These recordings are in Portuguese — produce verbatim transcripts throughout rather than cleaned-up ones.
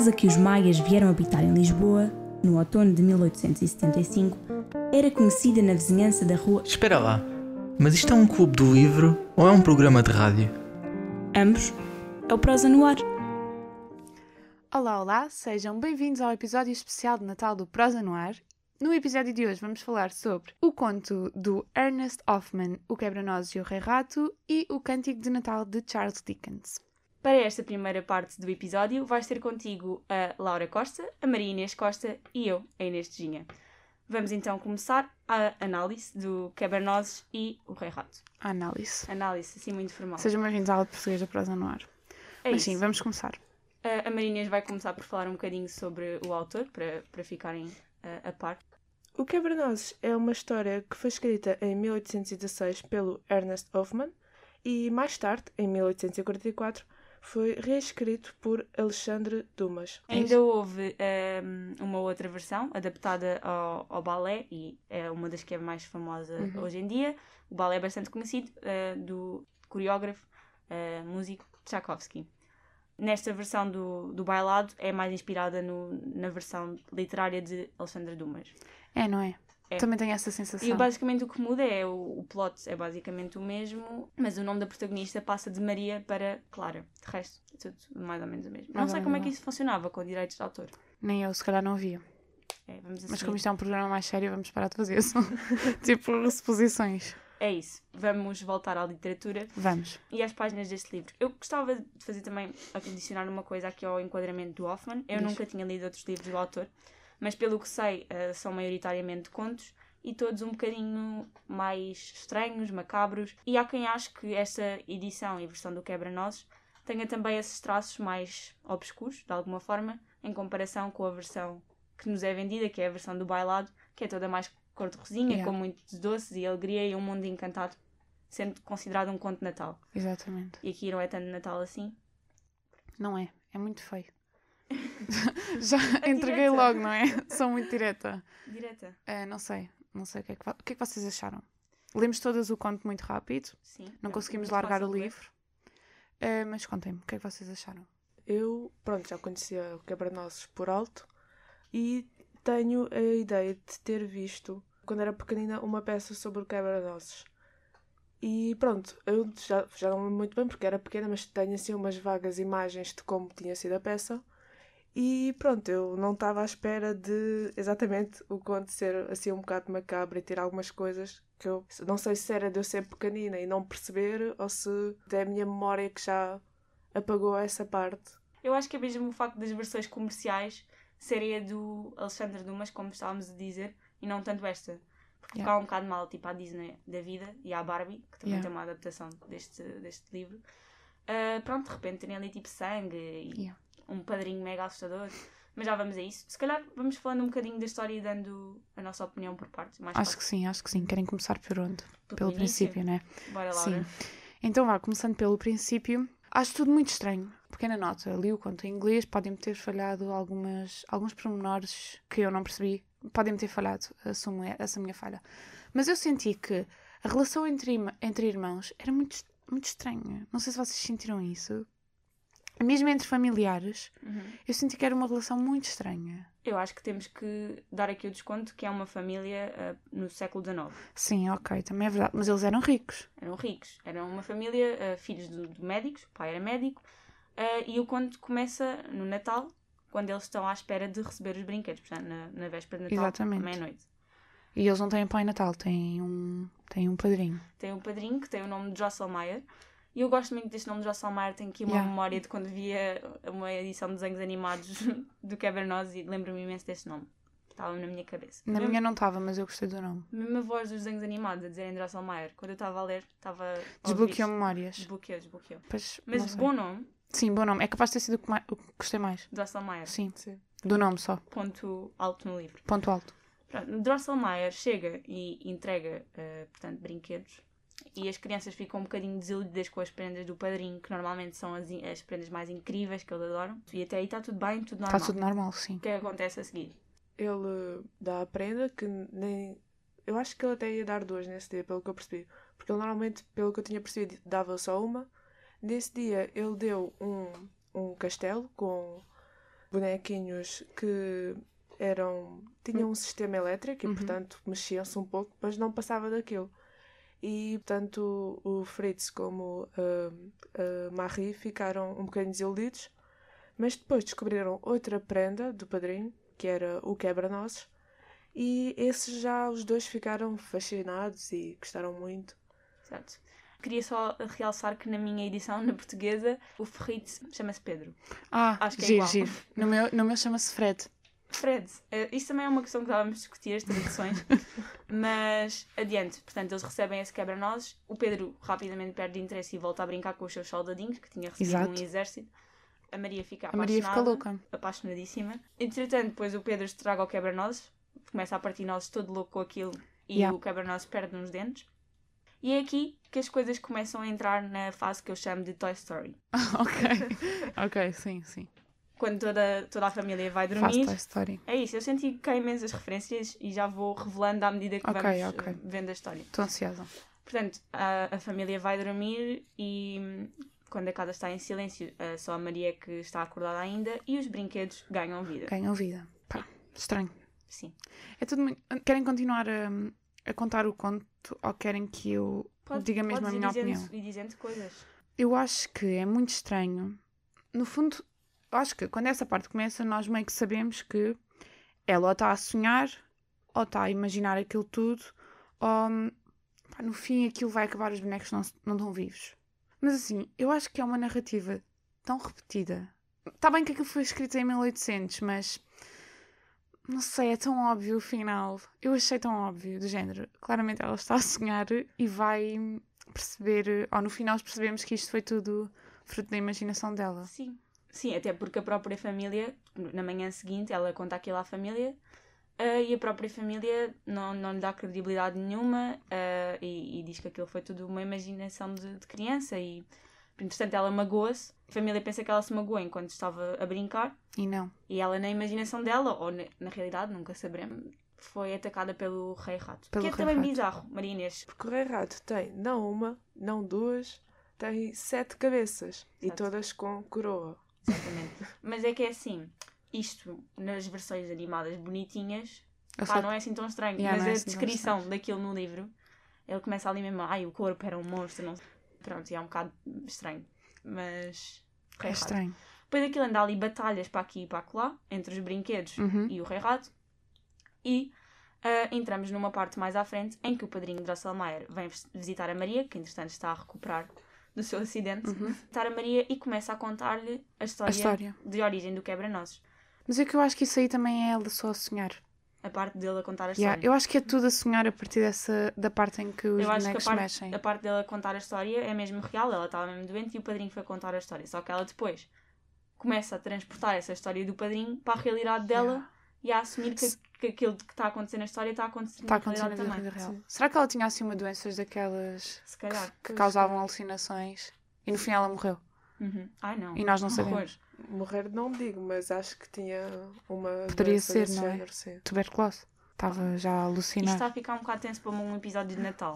casa que os maias vieram habitar em Lisboa, no outono de mil oitocentos e setenta e cinco, era conhecida na vizinhança da rua... Espera lá, mas isto é um clube do livro ou é um programa de rádio? Ambos. É o Prosa no Ar. Olá, olá, sejam bem-vindos ao episódio especial de Natal do Prosa no Ar. No episódio de hoje vamos falar sobre o conto do Ernest Hoffman, O Quebra-Nozes e o Rei Rato, e o Cântico de Natal de Charles Dickens. Para esta primeira parte do episódio vais ter contigo a Laura Costa, a Maria Inês Costa e eu, a Inês Tejinha. Vamos então começar a análise do Quebra-Nozes e o Rei Rato. A análise. Análise, assim muito formal. Sejam bem-vindos à aula de português do Prosa no Ar. É Mas isso. sim, vamos começar. A Maria Inês vai começar por falar um bocadinho sobre o autor, para, para ficarem uh, a par. O Quebra-Nozes é uma história que foi escrita em mil oitocentos e dezasseis pelo Ernest Hoffman e mais tarde, em mil oitocentos e quarenta e quatro, foi reescrito por Alexandre Dumas. Ainda houve um, uma outra versão adaptada ao, ao balé, e é uma das que é mais famosa Uhum. hoje em dia. O balé é bastante conhecido, uh, do coreógrafo, uh, músico Tchaikovsky. Nesta versão do, do bailado é mais inspirada no, na versão literária de Alexandre Dumas. É, não é? É. Também tenho essa sensação. E basicamente o que muda é o, o plot, é basicamente o mesmo, mas o nome da protagonista passa de Maria para Clara. De resto, é tudo mais ou menos o mesmo. Mais Não sei ou como é menos que isso funcionava com direitos de autor. Nem eu, se calhar não via. É, vamos Mas assumir. como isto é um programa mais sério, vamos parar de fazer isso. Tipo, suposições. É isso. Vamos voltar à literatura Vamos. e às páginas deste livro. Eu gostava de fazer também, adicionar uma coisa aqui ao enquadramento do Hoffman. Eu Diz. nunca tinha lido outros livros do autor, mas pelo que sei, uh, são maioritariamente contos e todos um bocadinho mais estranhos, macabros. E há quem ache que esta edição e versão do Quebra-Nozes tenha também esses traços mais obscuros, de alguma forma, em comparação com a versão que nos é vendida, que é a versão do bailado, que é toda mais cor-de-rosinha, Yeah. com muitos doces e alegria e um mundo encantado, sendo considerado um conto de Natal. Exatamente. E aqui não é tanto Natal assim. Não é. É muito feio. Já A entreguei direta. logo, não é? Sou muito direta. Direta. É, não sei. Não sei o que é que, vo- o que é que vocês acharam. Lemos todas o conto muito rápido. Sim. Não é conseguimos muito largar fácil o de ler. livro. É, mas contem-me, o que é que vocês acharam? Eu, pronto, já conhecia o Quebra-Nozes por alto e tenho a ideia de ter visto, quando era pequenina, uma peça sobre o Quebra-Nozes. E pronto, eu já, já não me lembro muito bem porque era pequena, mas tenho assim umas vagas imagens de como tinha sido a peça. E pronto, eu não estava à espera de exatamente o conto ser assim um bocado macabro e ter algumas coisas que eu não sei se era de eu ser pequenina e não perceber ou se é a minha memória que já apagou essa parte. Eu acho que é mesmo o facto das versões comerciais serem a do Alexandre Dumas, como estávamos a dizer, e não tanto esta. Porque Yeah. fica um bocado mal, tipo, à Disney da vida e à Barbie, que também Yeah. tem uma adaptação deste, deste livro. Ah, pronto, de repente tem ali tipo sangue e Yeah. um padrinho mega assustador. Mas já vamos a isso. Se calhar vamos falando um bocadinho da história e dando a nossa opinião por partes. Mais Acho que sim, acho que sim. Querem começar por onde? Pelo Pelo início? princípio, não é? Bora, Laura. Sim. Então vá, começando pelo princípio. Acho tudo muito estranho. Pequena nota, li o conto em inglês, podem-me ter falhado algumas, alguns pormenores que eu não percebi. Podem-me ter falhado, assumo essa minha falha. Mas eu senti que a relação entre, irmã- entre irmãos era muito, muito estranha. Não sei se vocês sentiram isso. Mesmo entre familiares, Uhum. eu senti que era uma relação muito estranha. Eu acho que temos que dar aqui o desconto que é uma família ah, no século dezenove. Sim, ok, também é verdade. Mas eles eram ricos. Eram ricos. Eram uma família, ah, filhos de, de médicos, o pai era médico, ah, e o conto começa no Natal, quando eles estão à espera de receber os brinquedos, portanto, na, na véspera de Natal, Exatamente. à meia-noite. E eles não têm Pai Natal, têm um, têm um padrinho. Tem um padrinho que tem o nome de Drosselmeyer, e eu gosto muito deste nome de Drosselmeyer, tenho aqui uma Yeah. memória de quando via uma edição de desenhos animados do Quebra-Nozes e lembro-me imenso deste nome. Estava na minha cabeça. Na Mesmo- minha não estava, mas eu gostei do nome. Mesmo a voz dos desenhos animados a dizerem Drosselmeyer, quando eu estava a ler, estava a Desbloqueou ouvir isto. memórias. Desbloqueou, desbloqueou. Pois, Mas não sei. bom nome, Sim, bom nome. É capaz de ter sido o que, mais, o que gostei mais. Drosselmeyer. Sim, Sim. do nome só. Ponto alto no livro. Ponto alto. Pronto, Drosselmeyer chega e entrega, eh, portanto, brinquedos. E as crianças ficam um bocadinho desiludidas com as prendas do padrinho, que normalmente são as, in- as prendas mais incríveis que eles adoram. E até aí está tudo bem, tudo normal. Está tudo normal, sim. O que é que acontece a seguir? Ele dá a prenda que nem... Eu acho que ele até ia dar duas nesse dia, pelo que eu percebi. Porque ele normalmente, pelo que eu tinha percebido, dava só uma. Nesse dia ele deu um, um castelo com bonequinhos que eram tinham um sistema elétrico e, Uhum. portanto, mexiam-se um pouco, mas não passava daquilo. E, tanto o Fritz como a, a Marie ficaram um bocadinho desiludidos, mas depois descobriram outra prenda do padrinho, que era o quebra-nozes, e esses já os dois ficaram fascinados e gostaram muito. Exato. Queria só realçar que na minha edição, na portuguesa, o Fritz chama-se Pedro. Ah, Acho que é giro, igual. giro. No meu, no meu chama-se Fred. Fred, eh, isto também é uma questão que estávamos a discutir, as traduções, mas adiante. Portanto, eles recebem esse quebra-nozes, o Pedro rapidamente perde interesse e volta a brincar com os seus soldadinhos, que tinha recebido Exato. um exército. A Maria fica A apaixonada, Maria fica louca. apaixonadíssima. Entretanto, depois o Pedro estraga o quebra-nozes, começa a partir nozes todo louco com aquilo e Yeah. o quebra-nozes perde uns dentes. E é aqui que as coisas começam a entrar na fase que eu chamo de Toy Story. Ok. Ok, sim, sim. Quando toda, toda a família vai Faz dormir. Toy Story. É isso, eu senti que há imensas referências e já vou revelando à medida que Ok, vamos ok. eh, vendo a história. Estou ansiosa. Portanto, a, a família vai dormir e hum, quando a casa está em silêncio, eh, só a Maria é que está acordada ainda e os brinquedos ganham vida. Ganham vida. Pá, estranho. Sim. É tudo muito... Querem continuar a, a contar o conto ou querem que eu Pode- diga mesmo a podes ir minha dizendo, opinião? ir dizendo coisas. Eu acho que é muito estranho. No fundo, eu acho que quando essa parte começa, nós meio que sabemos que ela ou está a sonhar, ou está a imaginar aquilo tudo, ou pá, no fim aquilo vai acabar, os bonecos não, não estão vivos. Mas assim, eu acho que é uma narrativa tão repetida. Está bem que aquilo foi escrito em mil e oitocentos, mas não sei, é tão óbvio o final. Eu achei tão óbvio, do género. Claramente ela está a sonhar e vai perceber, ou no final percebemos que isto foi tudo fruto da imaginação dela. Sim. Sim, até porque a própria família, na manhã seguinte, ela conta aquilo à família eh, e a própria família não, não lhe dá credibilidade nenhuma eh, e, e diz que aquilo foi tudo uma imaginação de, de criança e, entretanto, ela magoa-se. A família pensa que ela se magoou enquanto estava a brincar E não. e ela, na imaginação dela, ou na, na realidade, nunca saberemos, foi atacada pelo Rei Rato. Pelo que é Rei também Rato. bizarro, Maria Inês. Porque o Rei Rato tem não uma, não duas, tem sete cabeças e Exato. todas com coroa. Exatamente. Mas é que é assim, isto nas versões animadas bonitinhas, Eu pá, só- não é assim tão estranho. Yeah, mas não é a assim tão descrição daquilo no livro, ele começa ali mesmo, ai, o corpo era um monstro, não sei. Pronto, e é um bocado estranho. Mas. É Rei Rato. estranho. Depois aquilo anda ali batalhas para aqui e para acolá, entre os brinquedos Uhum. e o Rei Rato. E ah, entramos numa parte mais à frente em que o padrinho Drosselmeyer vem vis- visitar a Maria, que entretanto está a recuperar do seu acidente, visitar a Maria e começa a contar-lhe a história, Uhum. história. de origem do quebra-nozes. Mas é que eu acho que isso aí também é ela só a sonhar. A parte dele a contar a Yeah, história. eu acho que é tudo a sonhar a partir dessa, da parte em que os Eu acho que a bonecos parte, mexem. a parte dela contar a história é mesmo real. Ela estava mesmo doente e o padrinho foi contar a história. Só que ela depois começa a transportar essa história do padrinho para a realidade dela Yeah. e a assumir que, que aquilo que está a acontecer na história está a acontecer Está na a acontecer na realidade vida também. real. Será que ela tinha assim uma doença daquelas Se calhar. que Pois, causavam alucinações e no fim ela morreu? Uhum. Ai não. E nós não Horror. sabemos. Morrer não digo, mas acho que tinha uma Poderia doença ser, desse não é? género, sim. Tuberculose. Estava já a Isto alucinar. está a ficar um bocado tenso para um episódio de Natal.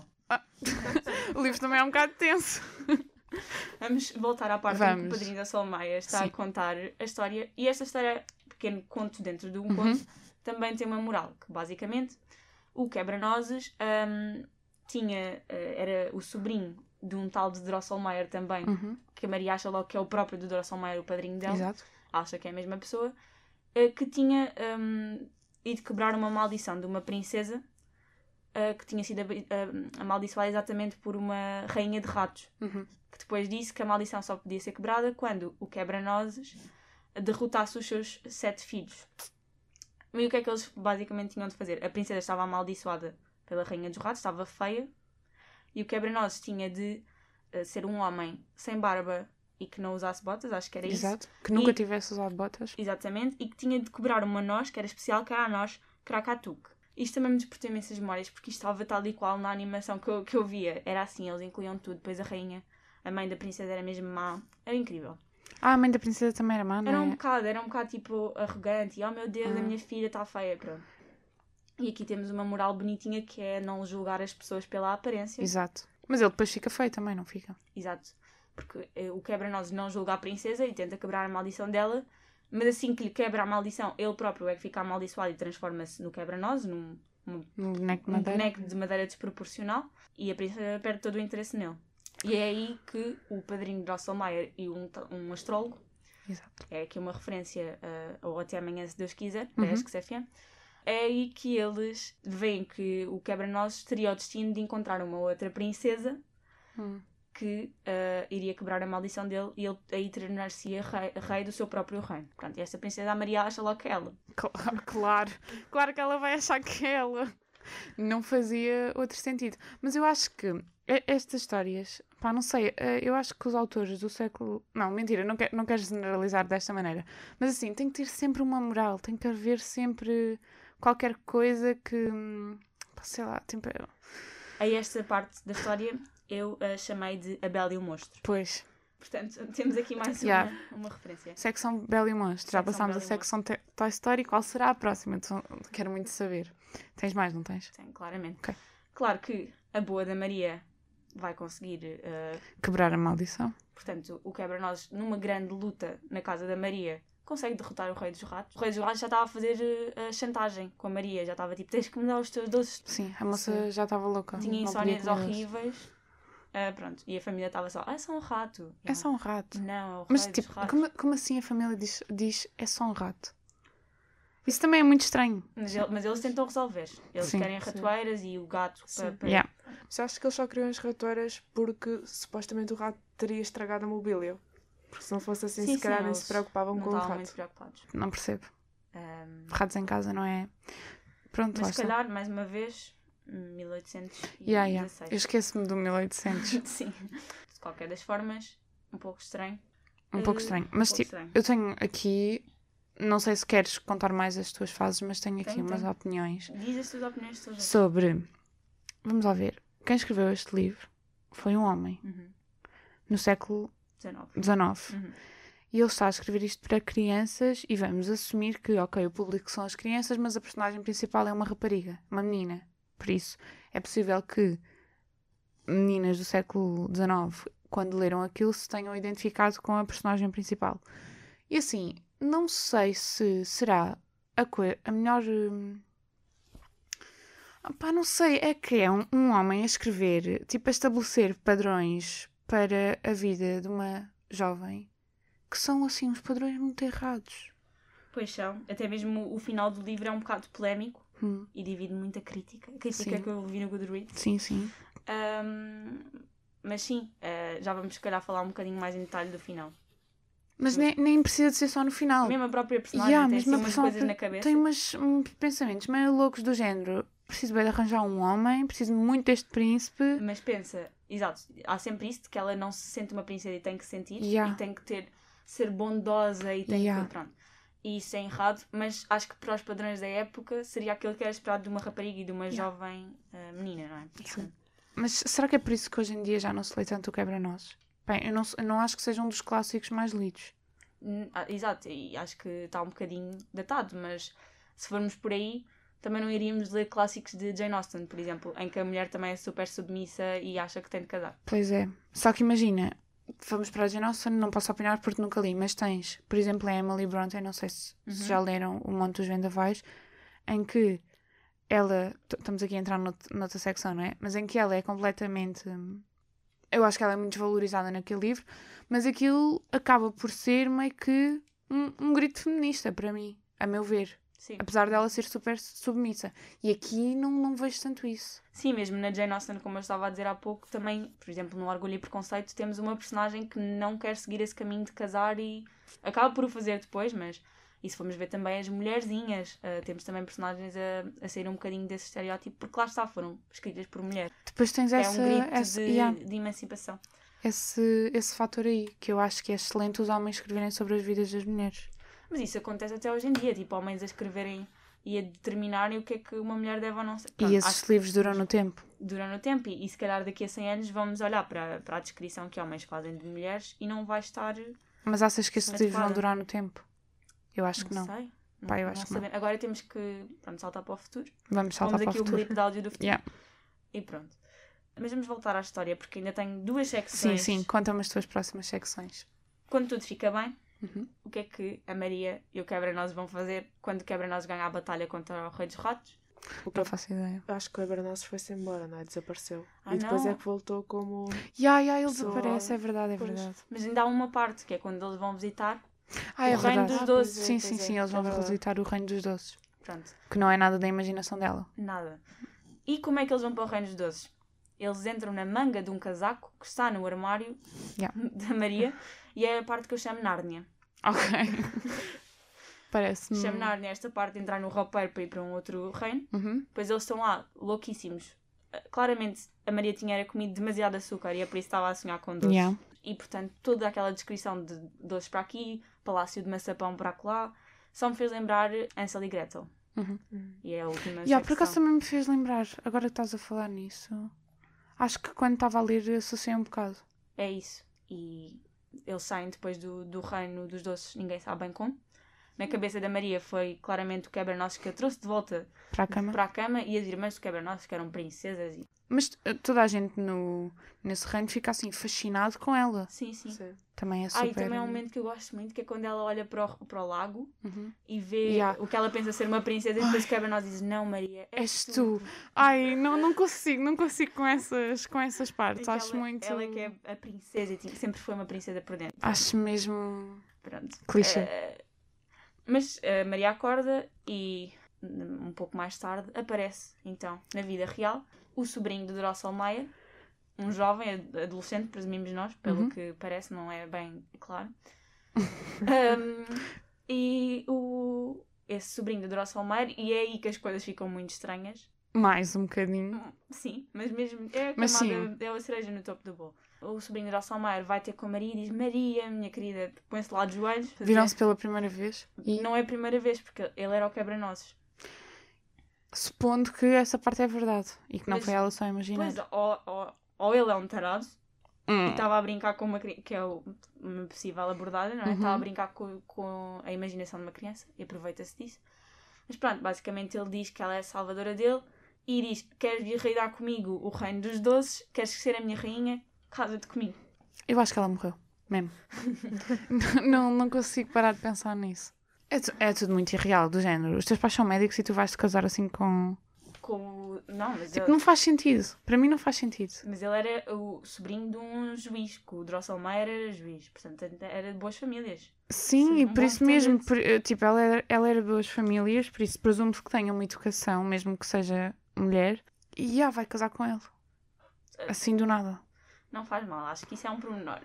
O livro também é um bocado tenso. Vamos voltar à parte em que o Vamos. padrinho da Solmeia está Sim. a contar a história. E esta história, pequeno conto dentro de um Uhum. conto, também tem uma moral. Que basicamente, o quebra-nozes hum, tinha, eh, era o sobrinho de um tal de Drosselmeyer também, Uhum. que a Maria acha logo que é o próprio de Drosselmeyer, o padrinho dela. Exato. Acha que é a mesma pessoa. eh, Que tinha hum, ido quebrar uma maldição de uma princesa eh, que tinha sido abi- ah, amaldiçoada exatamente por uma rainha de ratos. Uhum. Que depois disse que a maldição só podia ser quebrada quando o quebra-nozes derrotasse os seus sete filhos. E o que é que eles basicamente tinham de fazer? A princesa estava amaldiçoada pela rainha dos ratos, estava feia, e o quebra-nozes tinha de eh, ser um homem sem barba e que não usasse botas, acho que era isso. Exato. Que nunca E- tivesse usado botas. Exatamente, e que tinha de quebrar uma noz que era especial, que era a noz Krakatouk. Isto também me despertou imensas memórias, porque isto estava tal e qual na animação que eu, que eu via. Era assim, eles incluíam tudo. Depois a rainha, a mãe da princesa era mesmo má. Era incrível. Ah, a mãe da princesa também era má, não Era um é? bocado, era um bocado tipo arrogante. E oh meu Deus, a Ah. minha filha está feia, pronto. E aqui temos uma moral bonitinha que é não julgar as pessoas pela aparência. Exato. Mas ele depois fica feio também, não fica? Exato. Porque eh, o quebra-nozes não julga a princesa e tenta quebrar a maldição dela, mas assim que lhe quebra a maldição, ele próprio é que fica amaldiçoado e transforma-se no quebra-nozes, num, num, Um boneco de um madeira. boneco de madeira desproporcional, e a princesa perde todo o interesse nele. E é aí que o padrinho de Drosselmeyer e um, um astrólogo, Exato. é aqui uma referência uh, ao Até Amanhã, se Deus quiser, da Uhum. Ask S F M, é aí que eles veem que o quebra-nozes teria o destino de encontrar uma outra princesa Hum. que uh, iria quebrar a maldição dele e ele aí tornar-se rei, rei do seu próprio reino. Portanto, e esta princesa, a Maria, acha logo que é ela. Claro, claro. Claro que ela vai achar que é ela. Não fazia outro sentido. Mas eu acho que e- estas histórias, pá, não sei, eh, eu acho que os autores do século... Não, mentira, não quero, não quero generalizar desta maneira. Mas assim, tem que ter sempre uma moral, tem que haver sempre qualquer coisa que, hum, pá, sei lá, tipo... A esta parte da história eu a chamei de A Bela e o Monstro. Pois, Portanto, temos aqui mais uma, Yeah. uma referência. secção Bela e o Monstro. Já Secção passámos a Bela e secção te- Toy Story. Qual será a próxima? Então, quero muito saber. Tens mais, não tens? Sim, claramente. Ok. Claro que a boa da Maria vai conseguir, uh, Quebrar a maldição. portanto, o quebra-nozes numa grande luta na casa da Maria consegue derrotar o Rei dos Ratos. O Rei dos Ratos já estava a fazer uh, a chantagem com a Maria, já estava tipo, tens que me dar os teus doces. Sim, a moça Sim. já estava louca. Tinha Não podia insónias comer doce. horríveis. Uh, pronto, e a família estava só, ah, é só um rato. E É ela, só um rato. Não, é o Rei Mas dos tipo, Ratos. como, como assim a família diz, diz é só um rato? Isso também é muito estranho. Mas, ele- mas eles tentam resolver. Eles Sim. querem ratoeiras e o gato para... Sim. para- Yeah. Mas eu acho que eles só criam as ratoeiras porque supostamente o rato teria estragado a mobília. Porque se não fosse assim, Sim, se calhar sim, nem eles se preocupavam não com o estavam rato. muito preocupados. Não percebo. Um, Ratos em casa não é. Pronto, lá mas se está. calhar, mais uma vez, mil oitocentos e dezesseis. Yeah, yeah. Eu esqueço-me do mil e oitocentos. Sim. De qualquer das formas, um pouco estranho. Um pouco Eh, estranho. um Mas pouco tipo, estranho. eu tenho aqui. Não sei se queres contar mais as tuas fases, mas tenho aqui Tenho, umas tenho. opiniões Diz as tuas opiniões todas. sobre. Vamos lá ver. Quem escreveu este livro foi um homem Uhum. no século dezanove. dezanove. Uhum. E ele está a escrever isto para crianças e vamos assumir que, ok, o público são as crianças, mas a personagem principal é uma rapariga, uma menina. Por isso, é possível que meninas do século dezanove, quando leram aquilo, se tenham identificado com a personagem principal. E assim, não sei se será a, coi- a melhor... hum, Pá, não sei, é que é um, um homem a escrever, tipo a estabelecer padrões para a vida de uma jovem que são assim uns padrões muito errados. Pois são. Até mesmo o final do livro é um bocado polémico Hum, e divide muita crítica. A crítica Sim. que eu vi no Goodreads. sim, sim. Um, mas sim, eh, já vamos se calhar falar um bocadinho mais em detalhe do final. Mas nem, nem precisa de ser só no final. Mesmo a própria personagem Yeah, tem mesmo assim a umas personagem coisas na cabeça. Tem umas, uns pensamentos meio loucos do género. Preciso bem de arranjar um homem, preciso muito deste príncipe. Mas pensa, exato, há sempre isso de que ela não se sente uma princesa e tem que sentir Yeah. e tem que ter, ser bondosa e tem Yeah. que, pronto. E isso é errado, mas acho que para os padrões da época seria aquilo que era esperado de uma rapariga e de uma Yeah. jovem eh, menina, não é? Sim. Mas será que é por isso que hoje em dia já não se lê tanto o Quebra-Nozes? Bem, eu não, eu não acho que seja um dos clássicos mais lidos. Hum, ah, Exato, e acho que está um bocadinho datado, mas se formos por aí, também não iríamos ler clássicos de Jane Austen, por exemplo, em que a mulher também é super submissa e acha que tem de casar. Pois é. Só que imagina, vamos para a Jane Austen, não posso opinar porque nunca li, mas tens, por exemplo, a Emily Bronte, não sei se, se Uhum. já leram O Monte dos Vendavais, em que ela, t- estamos aqui a entrar nout- noutra secção, não é? Mas em que ela é completamente, hum, eu acho que ela é muito desvalorizada naquele livro, mas aquilo acaba por ser meio que um, um grito feminista para mim, a meu ver. Sim. Apesar dela ser super submissa. E aqui não, não vejo tanto isso. Sim, mesmo na Jane Austen, como eu estava a dizer há pouco, também, por exemplo, no Orgulho e Preconceito, temos uma personagem que não quer seguir esse caminho de casar e acaba por o fazer depois, mas e se formos ver também as mulherzinhas, ah, temos também personagens a, a sair um bocadinho desse estereótipo, porque lá está, foram escritas por mulher. Depois tens É essa, um grito essa- de, yeah, de emancipação. esse, esse fator aí, que eu acho que é excelente os homens escreverem sobre as vidas das mulheres. Mas isso acontece até hoje em dia, tipo, homens a escreverem e a determinarem o que é que uma mulher deve ou não ser. Pronto, E acho esses que livros duram no tempo. duram no tempo e, e se calhar daqui a cem anos vamos olhar para, para a descrição que homens fazem de mulheres e não vai estar... Mas achas que esses Mas livros vão claro. durar no tempo? Eu acho que não. sei. Não, Pá, eu não acho que sabemos. Agora temos que pronto, saltar para o futuro. Vamos saltar Vamos para aqui o o futuro. clipe de áudio do futuro. Yeah. E pronto. Mas vamos voltar à história porque ainda tenho duas Sim, secções. sim, conta-me as tuas próximas secções. Quando tudo fica bem, Uhum. O que é que a Maria e o Quebra-Nozes vão fazer quando o Quebra-Nozes ganha a batalha contra o Rei dos Ratos? O que Não faço ideia. Acho que o Quebra-Nozes foi-se embora, não é? Desapareceu. Ah, e depois não. é que voltou como... Ya, ya, ele Pessoa- desaparece, é verdade, é Pois. verdade. Mas ainda há uma parte, que é quando eles vão visitar Ah, é o Reino verdade. dos Ah, Doces. pois é, Sim, pois sim, é. sim, eles É vão verdade. visitar o Reino dos Doces. Pronto, Que não é nada da imaginação dela. nada. E como é que eles vão para o Reino dos Doces? Eles entram na manga de um casaco que está no armário Ya. da Maria e é a parte que eu chamo Nárnia. Ok. Parece-me... Chamo Nárnia esta parte de entrar no roupeiro para ir para um outro reino. Uhum. Depois eles estão lá, louquíssimos. Uh, Claramente a Maria tinha era comido demasiado açúcar e é por isso que estava a sonhar com doces. Yeah. E portanto toda aquela descrição de doces para aqui, palácio de maçapão para lá, só me fez lembrar Hansel e Gretel. Uhum. E é a última Yeah, por secção. acaso também me fez lembrar, agora que estás a falar nisso, acho que quando estava a ler associei um bocado. É isso. E eles saem depois do, do reino dos doces, ninguém sabe bem como. Na cabeça da Maria foi claramente o Quebra-Nozes que a trouxe de volta Para a cama. para a cama e as irmãs do Quebra-Nozes que eram princesas. E... Mas uh, toda a gente no, nesse reino fica assim fascinado com ela. Sim, sim. Sim. Também é Ah, super... e também é um momento que eu gosto muito, que é quando ela olha para o, para o lago Uhum. e vê Yeah. o que ela pensa ser uma princesa e depois o Quebra-Nozes diz, não Maria, és, És tu. Ai, não, não consigo, não consigo com essas, com essas partes. E Acho ela, muito... Ela é que é a princesa e tinha- sempre foi uma princesa por dentro. Acho mesmo... Pronto. Clichê. Eh, mas a Maria acorda e um pouco mais tarde aparece, então, na vida real, o sobrinho do Drosselmeyer, um jovem, ad- adolescente, presumimos nós, pelo Uhum. que parece, não é bem claro. Um, e o, esse sobrinho do Drosselmeyer, e é aí que as coisas ficam muito estranhas. Mais um bocadinho. Sim, mas mesmo é a Mas camada, é a cereja no topo do bolo. O sobrinho do Drosselmeyer vai ter com a Maria e diz, Maria, minha querida, põe-se lá de joelhos. fazer- Viram-se pela primeira vez. E Não é a primeira vez, porque ele era o Quebra-Nozes. supondo que essa parte é verdade. E que não Mas- foi ela só a imaginar. Pois, ou, ou, ou ele é um tarado e Hum. estava a brincar com uma criança, que é o- uma possível abordagem, não é? Uhum. Estava a brincar com, com a imaginação de uma criança e aproveita-se disso. Mas pronto, basicamente ele diz que ela é a salvadora dele e diz, queres vir reinar comigo o reino dos doces? Queres ser a minha rainha? Casa-te comigo. Eu acho que ela morreu. Mesmo. não, não consigo parar de pensar nisso. É, tu- é tudo muito irreal, do género. Os teus pais são médicos e tu vais te casar assim com... Com... Não, mas Tipo, ele... não faz sentido. Para mim não faz sentido. Mas ele era o sobrinho de um juiz, que o Drosselmeyer era juiz, portanto era de boas famílias. Sim, Sim, e um por bom isso mesmo, pretendente. por- eh, tipo, ela era, ela era de boas famílias, por isso presumo que tenha uma educação, mesmo que seja mulher, e já vai casar com ele. Assim do nada. Não faz mal, acho que isso é um pormenor.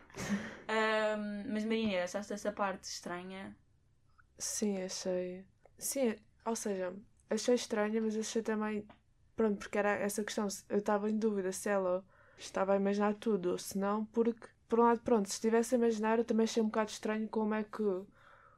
Ahm, mas Marina, achaste essa parte estranha? Sim, achei. Sim, ou seja, achei estranha, mas achei também. Pronto, porque era essa questão. se- Eu estava em dúvida se ela estava a imaginar tudo ou se não, porque, por um lado, pronto, se estivesse a imaginar, eu também achei um bocado estranho como é que o,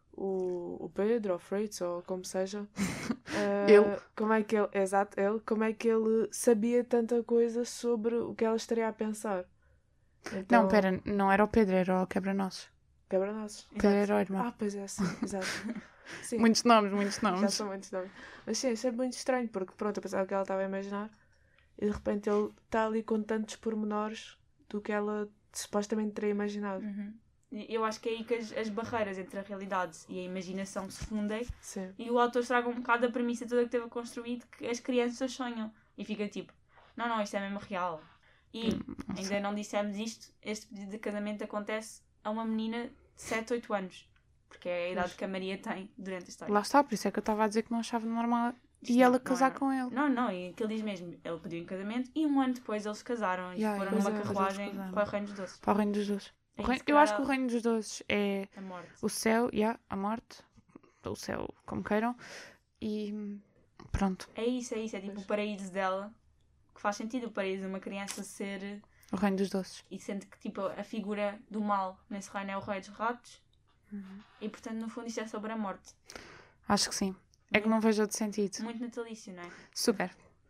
o Pedro, ou Fritz, ou como seja. eh, Ele. Como é que ele. Exato, ele. Como é que ele sabia tanta coisa sobre o que ela estaria a pensar. Então, Não, pera, não era o Pedro, era o Quebra-Nozes. Quebra-nozes. O Pedro era o irmão. Ah, pois é, sim, exato. Sim. Muitos nomes, muitos Já nomes. são muitos nomes. Mas sim, achei muito estranho, porque pronto, eu pensava que ela estava a imaginar e de repente ele está ali com tantos pormenores do que ela supostamente teria imaginado. Uhum. E Eu acho que é aí que as, as barreiras entre a realidade e a imaginação se fundem Sim. e o autor estraga um bocado a premissa toda que teve construído, que as crianças sonham. E fica tipo, não, não, isto é mesmo real. E ainda não dissemos isto, este pedido de casamento acontece a uma menina de sete, oito anos. Porque é a idade Pois. que a Maria tem durante a história. Lá está, por isso é que eu estava a dizer que não achava normal Isto e não- ela não casar é- com ele. Não, não, e que ele diz mesmo, ele pediu em casamento e um ano depois eles se casaram e Yeah, foram yeah, numa depois carruagem eles casaram. para o Reino dos Doces. Para o Reino dos Doces. O É reino- isso, se eu acho calhar, que o Reino dos Doces é a morte. o céu, yeah, a morte, o céu, como queiram, e pronto, É isso, é isso, é tipo Pois. o paraíso dela, que faz sentido o paraíso de uma criança ser, o Reino dos Doces. e sendo que tipo a figura do mal nesse reino é o rei dos ratos, e portanto no fundo isto é sobre a morte. Acho que sim. É que não vejo outro sentido. Muito natalício, não é? Super.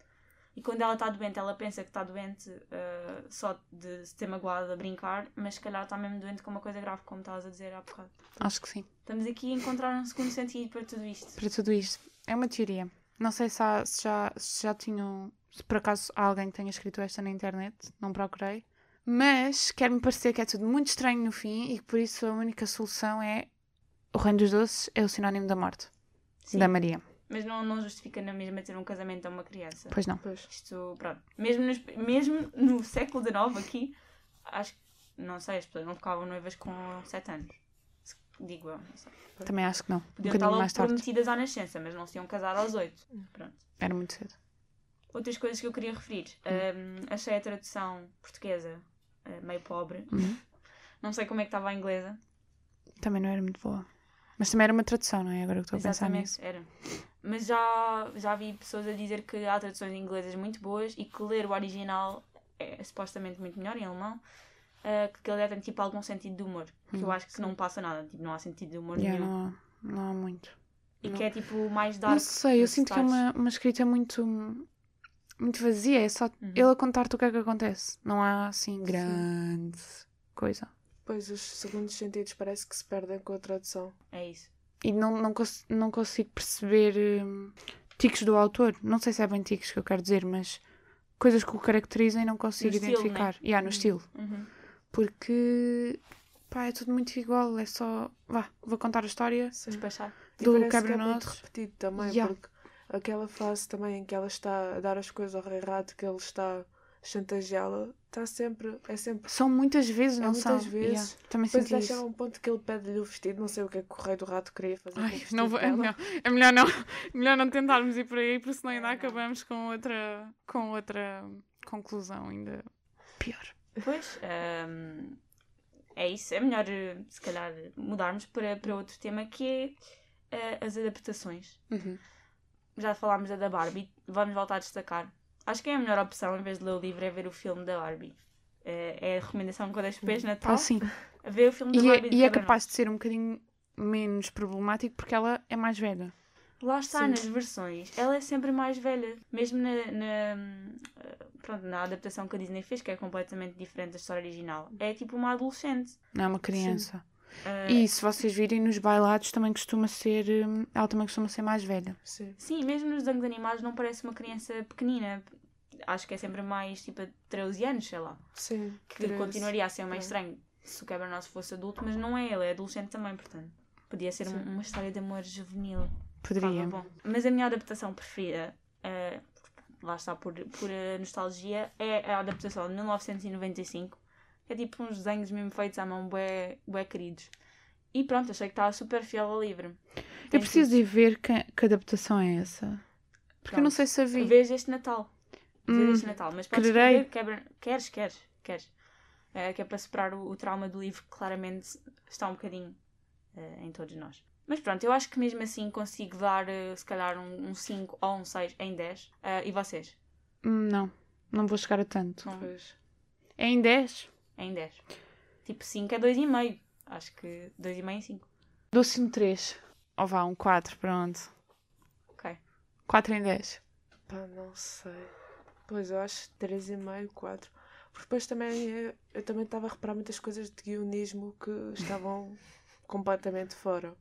E quando ela está doente, ela pensa que está doente uh, só de se ter magoado a brincar, mas se calhar está mesmo doente com uma coisa grave, como estavas a dizer há bocado. Acho que sim. Estamos aqui a encontrar um segundo sentido para tudo isto. Para tudo isto. É uma teoria. Não sei se, há- se já, se já tinham... Se por acaso há alguém que tenha escrito esta na internet. Não procurei. Mas quer-me parecer que é tudo muito estranho no fim e que por isso a única solução é o reino dos doces é o sinónimo da morte. Sim. Da Maria. Mas não, não justifica na mesma ter um casamento a uma criança. Pois não. Pois. Isto, pronto. Mesmo, nos, mesmo no século dezenove aqui, acho que, não sei, as pessoas não ficavam noivas com sete anos. Digo eu, não sei. Também acho que não. Um Podiam estar bocadinho logo mais tarde. prometidas à nascença, mas não se iam casar aos oito. Pronto. Era muito cedo. Outras coisas que eu queria referir. Um, achei a tradução portuguesa uh, meio pobre. Uhum. Não sei como é que estava a inglesa. Também não era muito boa. Mas também era uma tradução, não é? Agora que estou a pensar nisso. Exatamente, era. Mas já, já vi pessoas a dizer que há traduções inglesas muito boas e que ler o original é supostamente muito melhor em alemão. Uh, que ele tem tipo algum sentido de humor. Que eu Uhum. acho que não passa nada. Tipo, não há sentido de humor Yeah, nenhum. não, há, não há muito. E não. que é tipo mais dark. Não sei, eu sinto que é detalhes. uma, uma escrita muito, muito vazia. É só Uhum. ele a contar-te o que é que acontece. Não há assim grande coisa. Pois os segundos sentidos parece que se perdem com a tradução. É isso. E não, não, cons- não consigo perceber hum, tiques do autor. Não sei se é bem tiques que eu quero dizer, mas coisas que o caracterizam e não consigo No estilo, identificar. né? E há no Uhum. estilo. Uhum. Porque pá, é tudo muito igual. É só. Vá, vou contar a história. Sim. Despachar. E Do parece que é muito quebra-nozes. repetido também, Yeah. porque aquela fase também em que ela está a dar as coisas ao rei rato, que ele está a chantageá-la, está sempre, é sempre. São muitas vezes, É não muitas são? vezes. Yeah, também Depois senti até chega isso. um ponto que ele pede-lhe o vestido, não sei o que é que o rei do rato queria fazer com o Ai, vestido não vou, é, dela. melhor, é melhor não, melhor não tentarmos ir por aí, porque senão ainda É, não. acabamos com outra, com outra conclusão ainda pior. Pois, hum, é isso. É melhor, eh, se calhar, mudarmos para, para outro tema que é eh, as adaptações. Uhum. Já falámos da da Barbie, vamos voltar a destacar. Acho que é a melhor opção, em vez de ler o livro, é ver o filme da Barbie. Eh, é a recomendação que eu deixo para este Natal. Ah, sim. Ver o filme da E é, Barbie de e é Quebra-Nozes. capaz de ser um bocadinho menos problemático porque ela é mais velha. Lá está, Sim. nas versões, ela é sempre mais velha. Mesmo na, na, pronto, na adaptação que a Disney fez, que é completamente diferente da história original. É tipo uma adolescente. Não é uma criança. Ah, E se vocês virem nos bailados também costuma ser. hum, Ela também costuma ser mais velha. Sim. Sim, mesmo nos desenhos animados não parece uma criança pequenina. Acho que é sempre mais tipo treze anos, sei lá. Sim. Que treze. continuaria a ser mais É. estranho se o Quebra-Nozes fosse adulto, mas não é, ele é adolescente também, portanto. Podia ser Sim. um- uma história de amor juvenil. Poderia. Estava bom. Mas a minha adaptação preferida, eh, lá está por, por eh, nostalgia, é a adaptação de mil novecentos e noventa e cinco. Que é tipo uns desenhos mesmo feitos à mão, bué, bué queridos. E pronto, achei que estava super fiel ao livro. Eu preciso de ver que, que adaptação é essa. Porque eu não Pronto. sei se a vi. Vês este Natal. Vês Hum, este Natal. Mas podes quererei. escrever, quebra... Queres, queres, queres. Eh, que é para superar o, o trauma do livro, que claramente está um bocadinho eh, em todos nós. Mas pronto, eu acho que mesmo assim consigo dar, eh, se calhar, um cinco ou um seis em dez. Eh, e vocês? Hum, Não, não vou chegar a tanto. Não, Pois. É em dez? em dez. Tipo cinco é dois e meio. Acho que dois e meio em cinco. Dou-se um três. Ou vá, um quatro, pronto. Ok. quatro em dez. Pá, não sei. Pois eu acho três e meio, quatro. Porque depois também eu, eu também estava a reparar muitas coisas de guionismo que estavam completamente fora.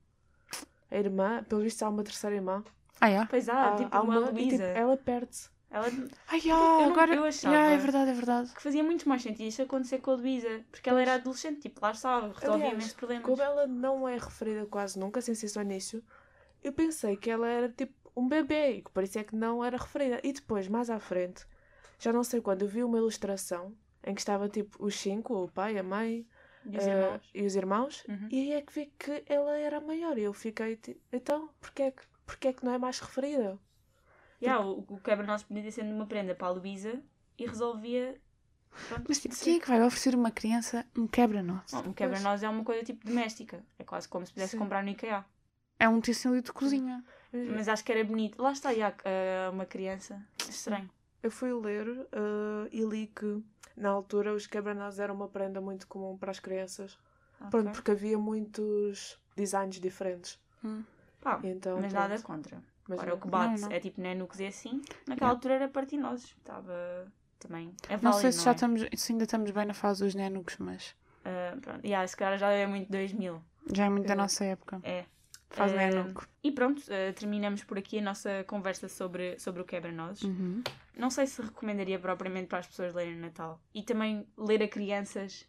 A irmã, pelo visto há uma terceira irmã. Ah, é? Pois há, Há- tipo há uma e, tipo, Luísa. ela perde-se. Ela Ai, Eu ah, não- agora. eu achava- Ah, é verdade, é verdade. que fazia muito mais sentido isto acontecer com a Luísa. Porque ela era adolescente. Tipo, lá estava. Resolvia Aliás, imensos problemas. Como ela não é referida quase nunca, sem ser só nisso, eu pensei que ela era tipo um bebê e que parecia que não era referida. E depois, mais à frente, já não sei quando, eu vi uma ilustração em que estava tipo os cinco, o pai, a mãe E os eh, irmãos. e os irmãos, Uhum. e aí é que vi que ela era a maior. E eu fiquei tipo, então, porquê é que, porquê é que não é mais referida? Yeah, o, o quebra-nozes podia ter sido uma prenda para a Luísa e resolvia. Pronto. Mas tipo, quem é que vai oferecer a uma criança um quebra-nozes? Não, um quebra-nozes é uma coisa tipo doméstica. É quase como se pudesse Sim. comprar no IKEA. É um utensílio de cozinha. Mas acho que era bonito. Lá está, já, eh, uma criança. Estranho. Eu fui ler eh, e li que na altura os quebra-nozes eram uma prenda muito comum para as crianças. Pronto, Ok. porque havia muitos designs diferentes. Hum. Pá, E então, mas pronto. nada contra. Mas Agora não. o que bate Não, não. é tipo nenucos e assim. Naquela Yeah. altura era partinoses. Estava também. É válido, Não sei se não já é? estamos, se ainda estamos bem na fase dos nenucos, mas Ah, pronto. Yeah, se calhar já é muito dois mil. já é muito da É. nossa época. É. Fase Ah, nenuco. E pronto, ah, terminamos por aqui a nossa conversa sobre, sobre o quebra-nozes. Uhum. Não sei se recomendaria propriamente para as pessoas lerem no Natal. E também ler a crianças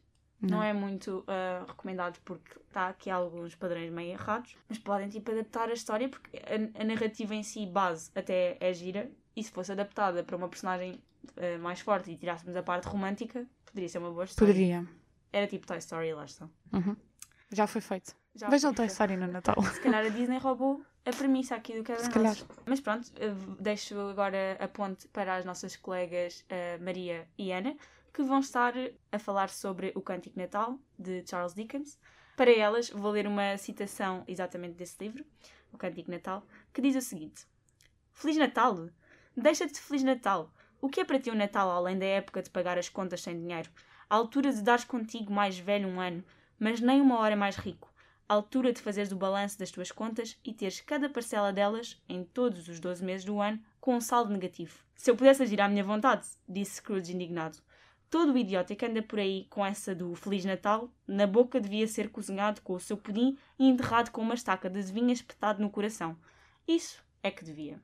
Não, não é muito uh, recomendado porque está aqui alguns padrões meio errados, mas podem tipo adaptar a história porque a, a narrativa em si, base, até é gira, e se fosse adaptada para uma personagem uh, mais forte e tirássemos a parte romântica, poderia ser uma boa história. Poderia. Era tipo Toy Story, lá está. Uhum. Já foi feito. Já Vejam foi Toy Story no Natal. Se calhar a Disney roubou a premissa aqui do Se calhar. Quebra-Nozes. Mas pronto, uh, deixo agora a ponte para as nossas colegas uh, Maria e Ana, que vão estar a falar sobre o Cântico de Natal, de Charles Dickens. Para elas, vou ler uma citação exatamente desse livro, o Cântico de Natal, que diz o seguinte: Feliz Natal! Deixa-te de Feliz Natal! O que é para ti um Natal além da época de pagar as contas sem dinheiro? A altura de dares contigo mais velho um ano, mas nem uma hora mais rico. A altura de fazeres o balanço das tuas contas e teres cada parcela delas, em todos os doze meses do ano, com um saldo negativo. Se eu pudesse agir à minha vontade, disse Scrooge indignado. Todo o idiota que anda por aí com essa do Feliz Natal, na boca devia ser cozinhado com o seu pudim e enterrado com uma estaca de vinha espetado no coração. Isso é que devia.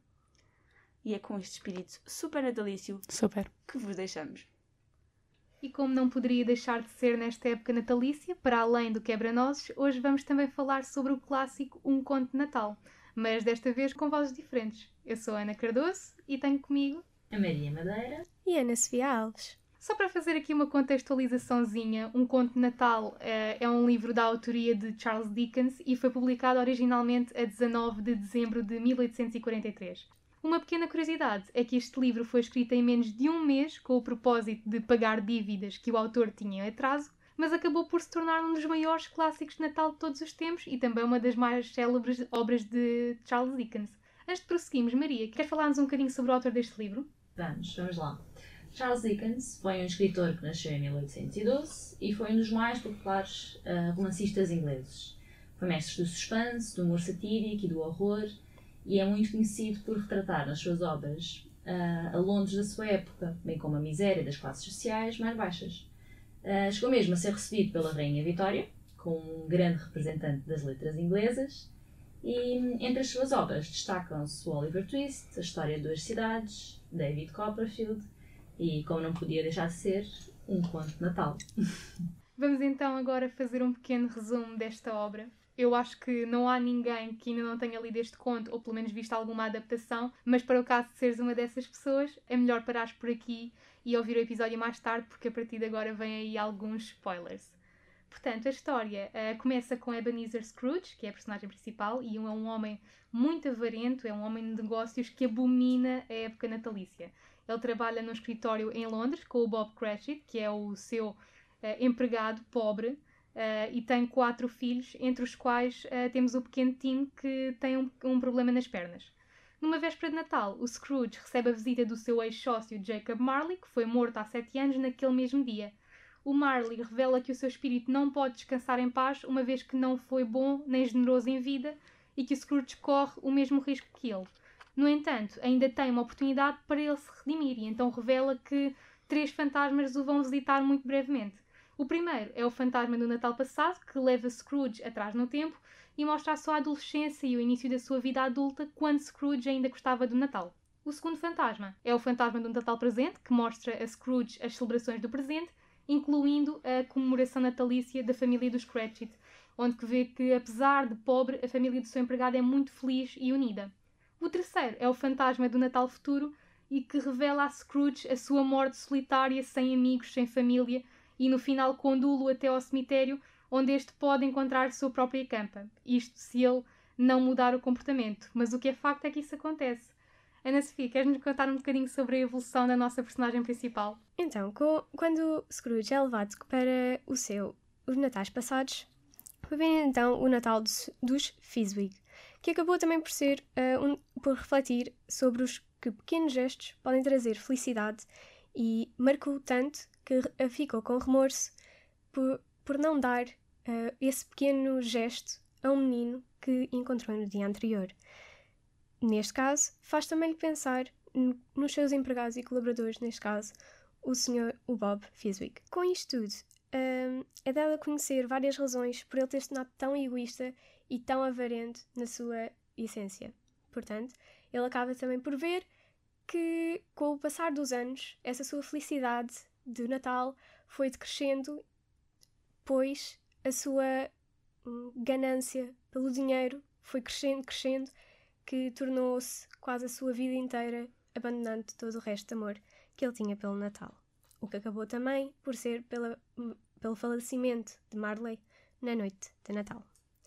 E é com este espírito super natalício Super. que vos deixamos. E como não poderia deixar de ser nesta época natalícia, para além do Quebra-Nozes, hoje vamos também falar sobre o clássico Um Conto de Natal, mas desta vez com vozes diferentes. Eu sou a Ana Cardoso e tenho comigo a Maria Madeira e a Ana Sofia Alves. Só para fazer aqui uma contextualizaçãozinha, Um Conto de Natal uh, é um livro da autoria de Charles Dickens e foi publicado originalmente a dezanove de dezembro de mil oitocentos e quarenta e três. Uma pequena curiosidade é que este livro foi escrito em menos de um mês com o propósito de pagar dívidas que o autor tinha em atraso, mas acabou por se tornar um dos maiores clássicos de Natal de todos os tempos e também uma das mais célebres obras de Charles Dickens. Antes de prosseguirmos, Maria, queres falar-nos um bocadinho sobre o autor deste livro? Vamos, vamos lá. Charles Dickens foi um escritor que nasceu em mil oitocentos e doze e foi um dos mais populares uh, romancistas ingleses. Foi mestre do suspense, do humor satírico e do horror e é muito conhecido por retratar nas suas obras uh, a Londres da sua época, bem como a miséria das classes sociais mais baixas. Uh, chegou mesmo a ser recebido pela Rainha Vitória, como um grande representante das letras inglesas, e entre as suas obras destacam-se o Oliver Twist, A História de Duas Cidades, David Copperfield e, como não podia deixar de ser, Um Conto de Natal. Vamos então agora fazer um pequeno resumo desta obra. Eu acho que não há ninguém que ainda não tenha lido este conto, ou pelo menos visto alguma adaptação, mas para o caso de seres uma dessas pessoas, é melhor parares por aqui e ouvir o episódio mais tarde, porque a partir de agora vem aí alguns spoilers. Portanto, a história uh, começa com Ebenezer Scrooge, que é a personagem principal, e é um homem muito avarento, é um homem de negócios que abomina a época natalícia. Ele trabalha num escritório em Londres com o Bob Cratchit, que é o seu uh, empregado pobre, Uh, e tem quatro filhos, entre os quais uh, temos o pequeno Tim, que tem um, um problema nas pernas. Numa véspera de Natal, o Scrooge recebe a visita do seu ex-sócio Jacob Marley, que foi morto há sete anos naquele mesmo dia. O Marley revela que o seu espírito não pode descansar em paz, uma vez que não foi bom nem generoso em vida, e que o Scrooge corre o mesmo risco que ele. No entanto, ainda tem uma oportunidade para ele se redimir, e então revela que três fantasmas o vão visitar muito brevemente. O primeiro é o fantasma do Natal passado, que leva Scrooge atrás no tempo e mostra a sua adolescência e o início da sua vida adulta, quando Scrooge ainda gostava do Natal. O segundo fantasma é o fantasma do Natal presente, que mostra a Scrooge as celebrações do presente, incluindo a comemoração natalícia da família dos Cratchit, onde vê que, apesar de pobre, a família do seu empregado é muito feliz e unida. O terceiro é o fantasma do Natal futuro e que revela a Scrooge a sua morte solitária, sem amigos, sem família, e no final condulo até ao cemitério, onde este pode encontrar sua própria campa. Isto se ele não mudar o comportamento. Mas o que é facto é que isso acontece. Ana Sofia, queres-nos contar um bocadinho sobre a evolução da nossa personagem principal? Então, com, quando Scrooge é levado para o seu, os natais passados, foi bem então o Natal dos, dos Fizwig, que acabou também por ser, uh, um, por refletir sobre os que pequenos gestos podem trazer felicidade, e marcou tanto que ficou com remorso por, por não dar uh, esse pequeno gesto a um menino que encontrou no dia anterior. Neste caso, faz também-lhe pensar n- nos seus empregados e colaboradores, neste caso, o senhor o Bob Fizwig. Com isto tudo, um, é dela conhecer várias razões por ele ter se tornado tão egoísta e tão avarento na sua essência. Portanto, ele acaba também por ver que, com o passar dos anos, essa sua felicidade de Natal foi decrescendo pois a sua hum, ganância pelo dinheiro foi crescendo, crescendo, que tornou-se quase a sua vida inteira abandonando todo o resto de amor que ele tinha pelo Natal. O que acabou também por ser pela, pelo falecimento de Marley na noite de Natal.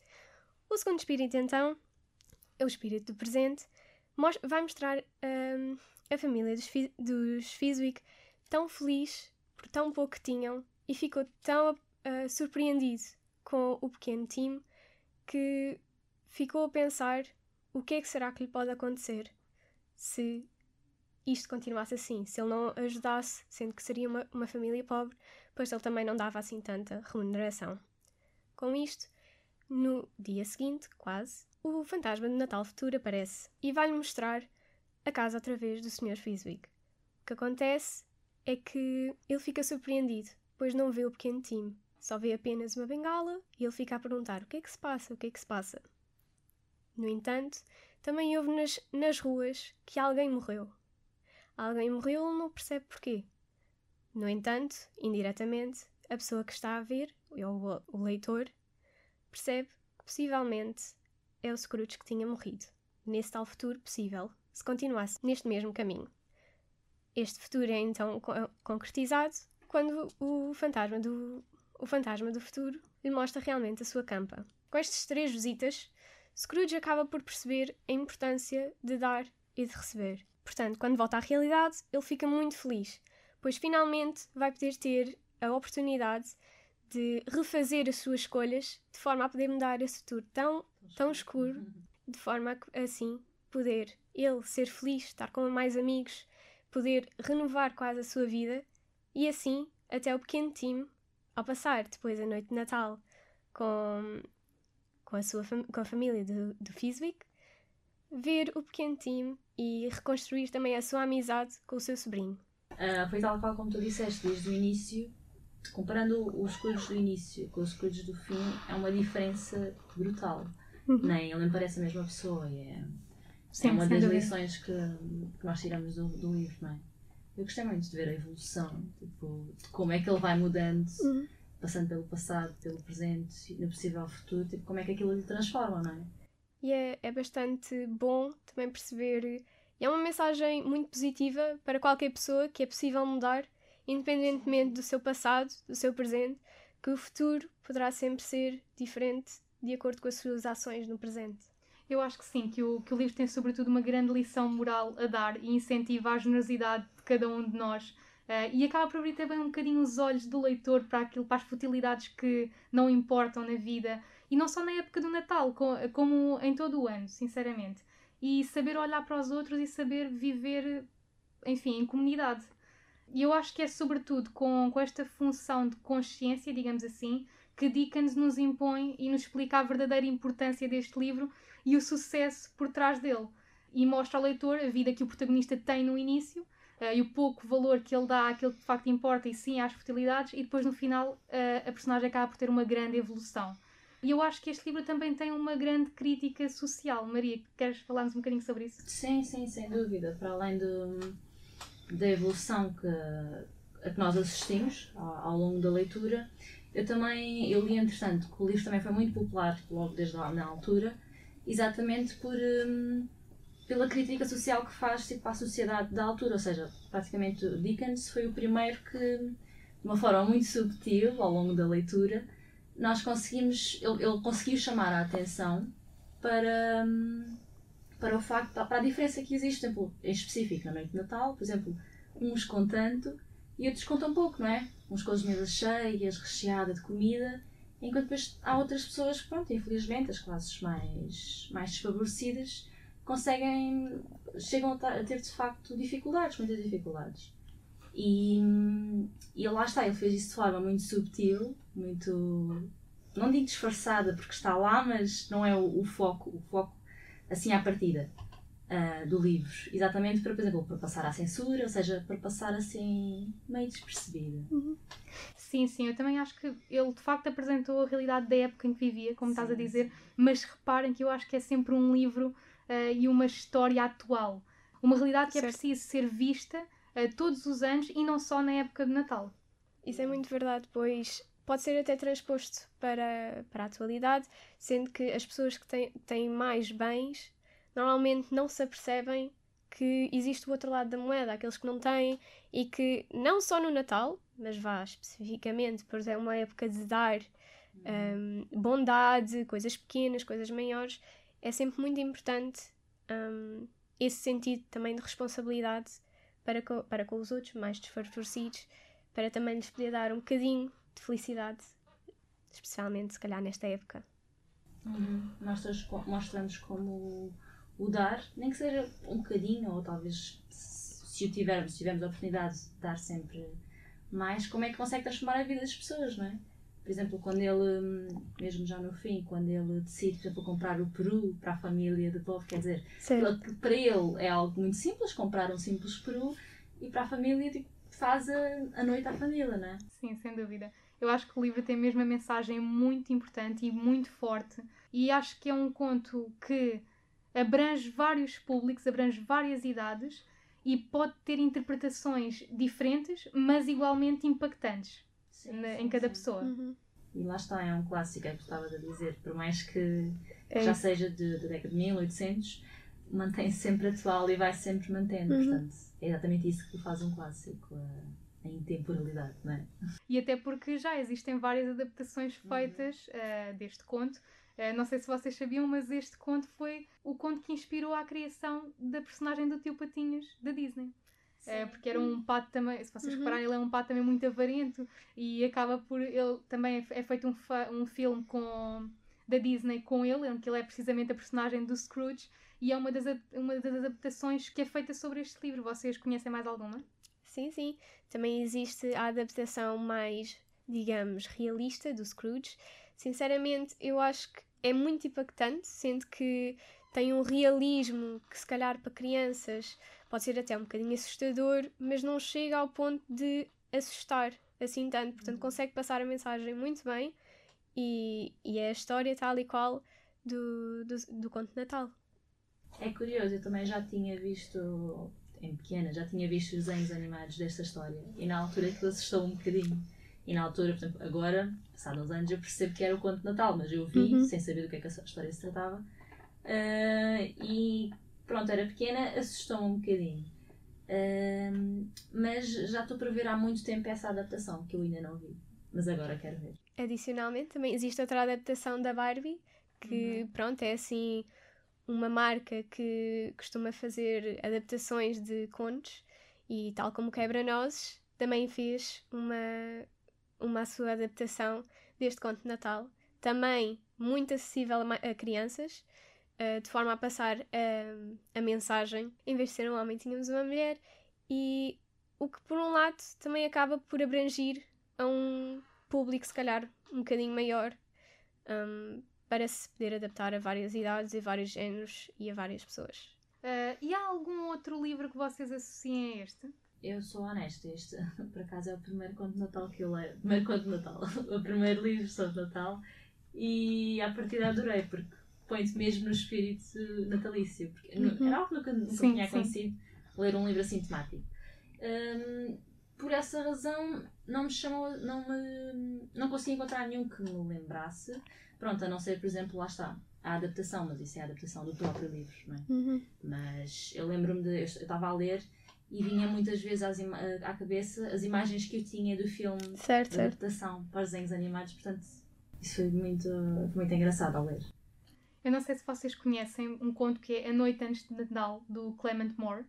O segundo espírito, então, é o espírito do presente, vai mostrar hum, a família dos, dos Fiswick tão feliz por tão pouco que tinham e ficou tão uh, surpreendido com o pequeno Tim que ficou a pensar o que é que será que lhe pode acontecer se isto continuasse assim, se ele não ajudasse, sendo que seria uma, uma família pobre, pois ele também não dava assim tanta remuneração. Com isto, no dia seguinte, quase, o fantasma do Natal futuro aparece e vai-lhe mostrar a casa outra vez do senhor Fiswick. O que acontece é que ele fica surpreendido, pois não vê o pequeno Tim, só vê apenas uma bengala e ele fica a perguntar o que é que se passa, o que é que se passa. No entanto, também ouve nas, nas ruas que alguém morreu. Alguém morreu, ele não percebe porquê. No entanto, indiretamente, a pessoa que está a ver, ou o leitor, percebe que possivelmente é o Scrooge que tinha morrido, nesse tal futuro possível, se continuasse neste mesmo caminho. Este futuro é então co- concretizado quando o fantasma, do, o fantasma do futuro lhe mostra realmente a sua campa. Com estas três visitas, Scrooge acaba por perceber a importância de dar e de receber. Portanto, quando volta à realidade, ele fica muito feliz, pois finalmente vai poder ter a oportunidade de refazer as suas escolhas de forma a poder mudar esse futuro tão, tão escuro, de forma a assim poder ele ser feliz, estar com mais amigos, poder renovar quase a sua vida e assim até o pequeno Tim, ao passar depois a noite de Natal com, com, a, sua fam- com a família do, do Fiswick, ver o pequeno Tim e reconstruir também a sua amizade com o seu sobrinho. Uh, foi tal qual como tu disseste desde o início, comparando os Scrooge do início com os Scrooge do fim, é uma diferença brutal. Uhum. Nem ele me parece a mesma pessoa. E é, Sim, é uma sem das dúvida. lições que, que nós tiramos do, do livro, não é? Eu gostei muito de ver a evolução, tipo, de como é que ele vai mudando, Uhum. passando pelo passado, pelo presente e no possível futuro, tipo, como é que aquilo lhe transforma, não é? E é, é bastante bom também perceber, e é uma mensagem muito positiva para qualquer pessoa que é possível mudar, independentemente do seu passado, do seu presente, que o futuro poderá sempre ser diferente de acordo com as suas ações no presente. Eu acho que sim, que o, que o livro tem sobretudo uma grande lição moral a dar e incentiva a generosidade de cada um de nós. Uh, e acaba por abrir também um bocadinho os olhos do leitor para aquilo, para as futilidades que não importam na vida. E não só na época do Natal, co- como em todo o ano, sinceramente. E saber olhar para os outros e saber viver, enfim, em comunidade. E eu acho que é sobretudo com, com esta função de consciência, digamos assim, que Dickens nos impõe e nos explica a verdadeira importância deste livro e o sucesso por trás dele. E mostra ao leitor a vida que o protagonista tem no início uh, e o pouco valor que ele dá àquilo que de facto importa e sim às futilidades, e depois no final uh, a personagem acaba por ter uma grande evolução. E eu acho que este livro também tem uma grande crítica social. Maria, queres falar-nos um bocadinho sobre isso? Sim, sim, sem dúvida. Para além de, da evolução que, a que nós assistimos ao, ao longo da leitura, eu também eu li, entretanto, que o livro também foi muito popular logo desde lá na altura, exatamente por, um, pela crítica social que faz tipo, à sociedade da altura. Ou seja, praticamente Dickens foi o primeiro que, de uma forma muito subtil, ao longo da leitura, nós conseguimos, ele, ele conseguiu chamar a atenção para, um, para o facto, para a diferença que existe, por exemplo, em específico na noite de Natal, por exemplo, uns com tanto e outros com tão pouco, não é? Uns com as mesas cheias, recheada de comida, enquanto depois há outras pessoas que, pronto, infelizmente, as classes mais, mais desfavorecidas, conseguem, chegam a ter de facto dificuldades, muitas dificuldades. E, e lá está, ele fez isso de forma muito subtil, muito, não digo disfarçada porque está lá, mas não é o, o foco, o foco assim à partida uh, do livro. Exatamente para, por exemplo, para passar à censura, ou seja, para passar assim meio despercebida. Uhum. Sim, sim, eu também acho que ele de facto apresentou a realidade da época em que vivia, como Sim, estás a dizer, sim. mas reparem que eu acho que é sempre um livro uh, e uma história atual. Uma realidade que Certo. é preciso ser vista uh, todos os anos e não só na época de Natal. Isso é muito verdade, pois pode ser até transposto para, para a atualidade, sendo que as pessoas que têm, têm mais bens normalmente não se apercebem que existe o outro lado da moeda, aqueles que não têm, e que não só no Natal, mas vá especificamente, por exemplo, uma época de dar um, bondade, coisas pequenas, coisas maiores, é sempre muito importante um, esse sentido também de responsabilidade para com, para com os outros, mais desfavorecidos, para também lhes poder dar um bocadinho de felicidade, especialmente se calhar nesta época. Uhum. Mostras, mostra-nos como o dar, nem que seja um bocadinho, ou talvez se o tivermos, se tivermos a oportunidade de dar sempre mais, como é que consegue transformar a vida das pessoas, não é? Por exemplo, quando ele, mesmo já no fim, quando ele decide, por exemplo, comprar o peru para a família do povo, quer dizer, ele, para ele é algo muito simples, comprar um simples peru, e para a família tipo, faz a, a noite à família, não é? Sim, sem dúvida. Eu acho que o livro tem mesmo uma mensagem muito importante e muito forte, e acho que é um conto que abrange vários públicos, abrange várias idades e pode ter interpretações diferentes, mas igualmente impactantes. Sim, na, sim, em cada sim. pessoa. Uhum. E lá está, é um clássico, é o que estava a dizer, por mais que é já seja de, da década de mil e oitocentos, mantém-se sempre atual e vai sempre mantendo, uhum. portanto, é exatamente isso que faz um clássico, a, a intemporalidade, não é? E até porque já existem várias adaptações feitas uhum. uh, deste conto. Uh, não sei se vocês sabiam, mas este conto foi o conto que inspirou a criação da personagem do Tio Patinhas da Disney. É, porque era um pato também, se vocês uhum. repararem, ele é um pato também muito avarento e acaba por, ele também é, é feito um, um filme com, da Disney com ele, em que ele é precisamente a personagem do Scrooge, e é uma das, uma das adaptações que é feita sobre este livro. Vocês conhecem mais alguma? Sim, sim. Também existe a adaptação mais, digamos, realista do Scrooge. Sinceramente, eu acho que é muito impactante, sendo que tem um realismo que se calhar para crianças pode ser até um bocadinho assustador, mas não chega ao ponto de assustar assim tanto. Portanto, consegue passar a mensagem muito bem e, e é a história tal e qual do, do, do conto de Natal. É curioso, eu também já tinha visto, em pequena, já tinha visto os desenhos animados desta história e na altura aquilo assustou um bocadinho. E na altura, por exemplo, agora, passados uns anos, eu percebo que era o conto de Natal, mas eu vi, uhum. sem saber do que é que a história se tratava. Uh, e pronto, era pequena, assustou-me um bocadinho. Uh, mas já estou para ver há muito tempo essa adaptação, que eu ainda não vi. Mas agora quero ver. Adicionalmente, também existe outra adaptação da Barbie, que, uhum. pronto, é assim uma marca que costuma fazer adaptações de contos e, tal como Quebra-Nozes, também fez uma, uma sua adaptação deste conto de Natal. Também muito acessível a, a crianças, Uh, de forma a passar uh, a mensagem, em vez de ser um homem tínhamos uma mulher, e o que por um lado também acaba por abrangir a um público se calhar um bocadinho maior, um, para se poder adaptar a várias idades e vários géneros e a várias pessoas. Uh, e há algum outro livro que vocês associem a este? Eu sou honesta, este por acaso é o primeiro conto de Natal que eu leio, o primeiro conto de Natal, o primeiro livro sobre Natal, e à partida adorei, porque põe-te mesmo no espírito natalício, porque uhum. era algo que nunca, nunca sim, tinha acontecido ler um livro assim temático. Um, por essa razão não me chamou, não me não consegui encontrar nenhum que me lembrasse, pronto, a não ser, por exemplo, lá está, a adaptação, mas isso é a adaptação do próprio livro, não é? Uhum. Mas eu lembro-me de, eu estava a ler e vinha muitas vezes às ima- à cabeça as imagens que eu tinha do filme certo, de adaptação certo. Para os desenhos animados, portanto isso foi muito, foi muito engraçado a ler. Eu não sei se vocês conhecem um conto que é A Noite Antes de Natal, do Clement Moore,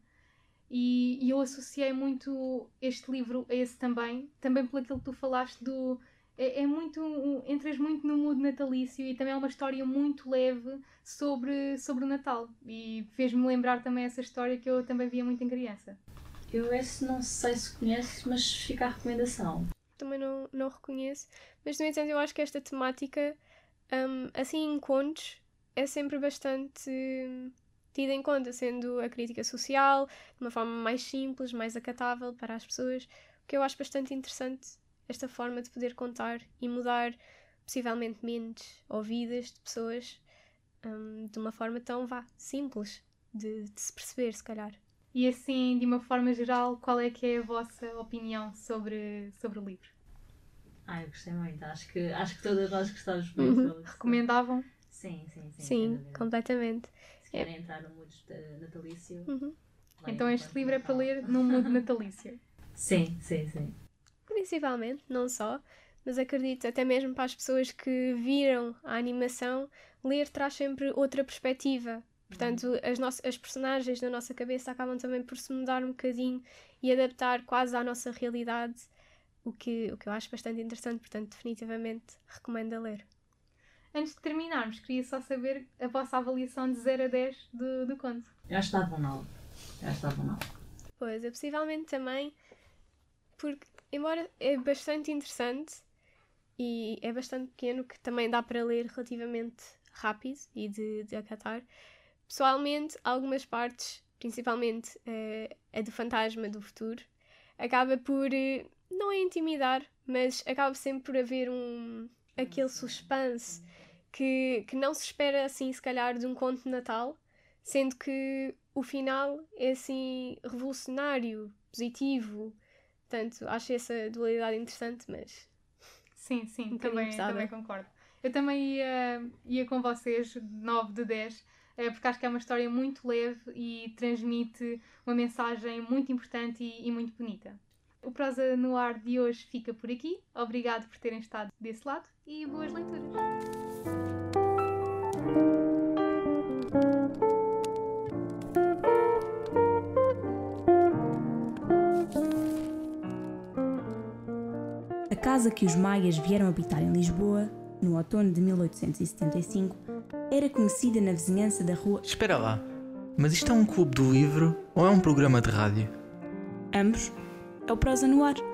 e, e eu associei muito este livro a esse também, também por aquilo que tu falaste do... É, é muito... entras muito no mood natalício e também é uma história muito leve sobre, sobre o Natal, e fez-me lembrar também essa história que eu também via muito em criança. Eu esse não sei se conheço, mas fica a recomendação. Também não, não reconheço, mas no entanto eu acho que esta temática, um, assim em contos, é sempre bastante tida em conta, sendo a crítica social de uma forma mais simples, mais acatável para as pessoas, o que eu acho bastante interessante, esta forma de poder contar e mudar possivelmente mentes ou vidas de pessoas um, de uma forma tão, vá, simples de, de se perceber, se calhar. E assim, de uma forma geral, qual é que é a vossa opinião sobre, sobre o livro? Ah, eu gostei muito. Acho que, acho que todas nós gostamos muito. Uhum. Recomendavam? Sim, sim, sim. Sim, completamente. Se querem entrar no mood natalício. Uhum. Então este livro é para ler num mundo natalício. Sim, sim, sim. Principalmente, não só, mas acredito até mesmo para as pessoas que viram a animação, ler traz sempre outra perspectiva. Portanto, as, no- as personagens na nossa cabeça acabam também por se mudar um bocadinho e adaptar quase à nossa realidade, o que, o que eu acho bastante interessante. Portanto, definitivamente recomendo a ler. Antes de terminarmos, queria só saber a vossa avaliação de zero a dez do, do conto. Eu acho que estava um nove. Eu acho que estava um nove. Pois, eu possivelmente também, porque, embora é bastante interessante e é bastante pequeno, que também dá para ler relativamente rápido e de, de acatar, pessoalmente, algumas partes, principalmente eh, a do fantasma do futuro, acaba por, eh, não é intimidar, mas acaba sempre por haver um, aquele suspense que, que não se espera, assim, se calhar, de um conto de Natal, sendo que o final é, assim, revolucionário, positivo. Portanto, acho essa dualidade interessante, mas... Sim, sim, Um bocadinho também, pesada. também concordo. Eu também ia, ia com vocês, nove de dez, eh, porque acho que é uma história muito leve e transmite uma mensagem muito importante e, e muito bonita. O Prosa no Ar de hoje fica por aqui. Obrigado por terem estado desse lado e boas leituras. A casa que os maias vieram habitar em Lisboa, no outono de mil oitocentos e setenta e cinco, era conhecida na vizinhança da rua... Espera lá, mas isto é um clube do livro ou é um programa de rádio? Ambos. É o Prosa no Ar.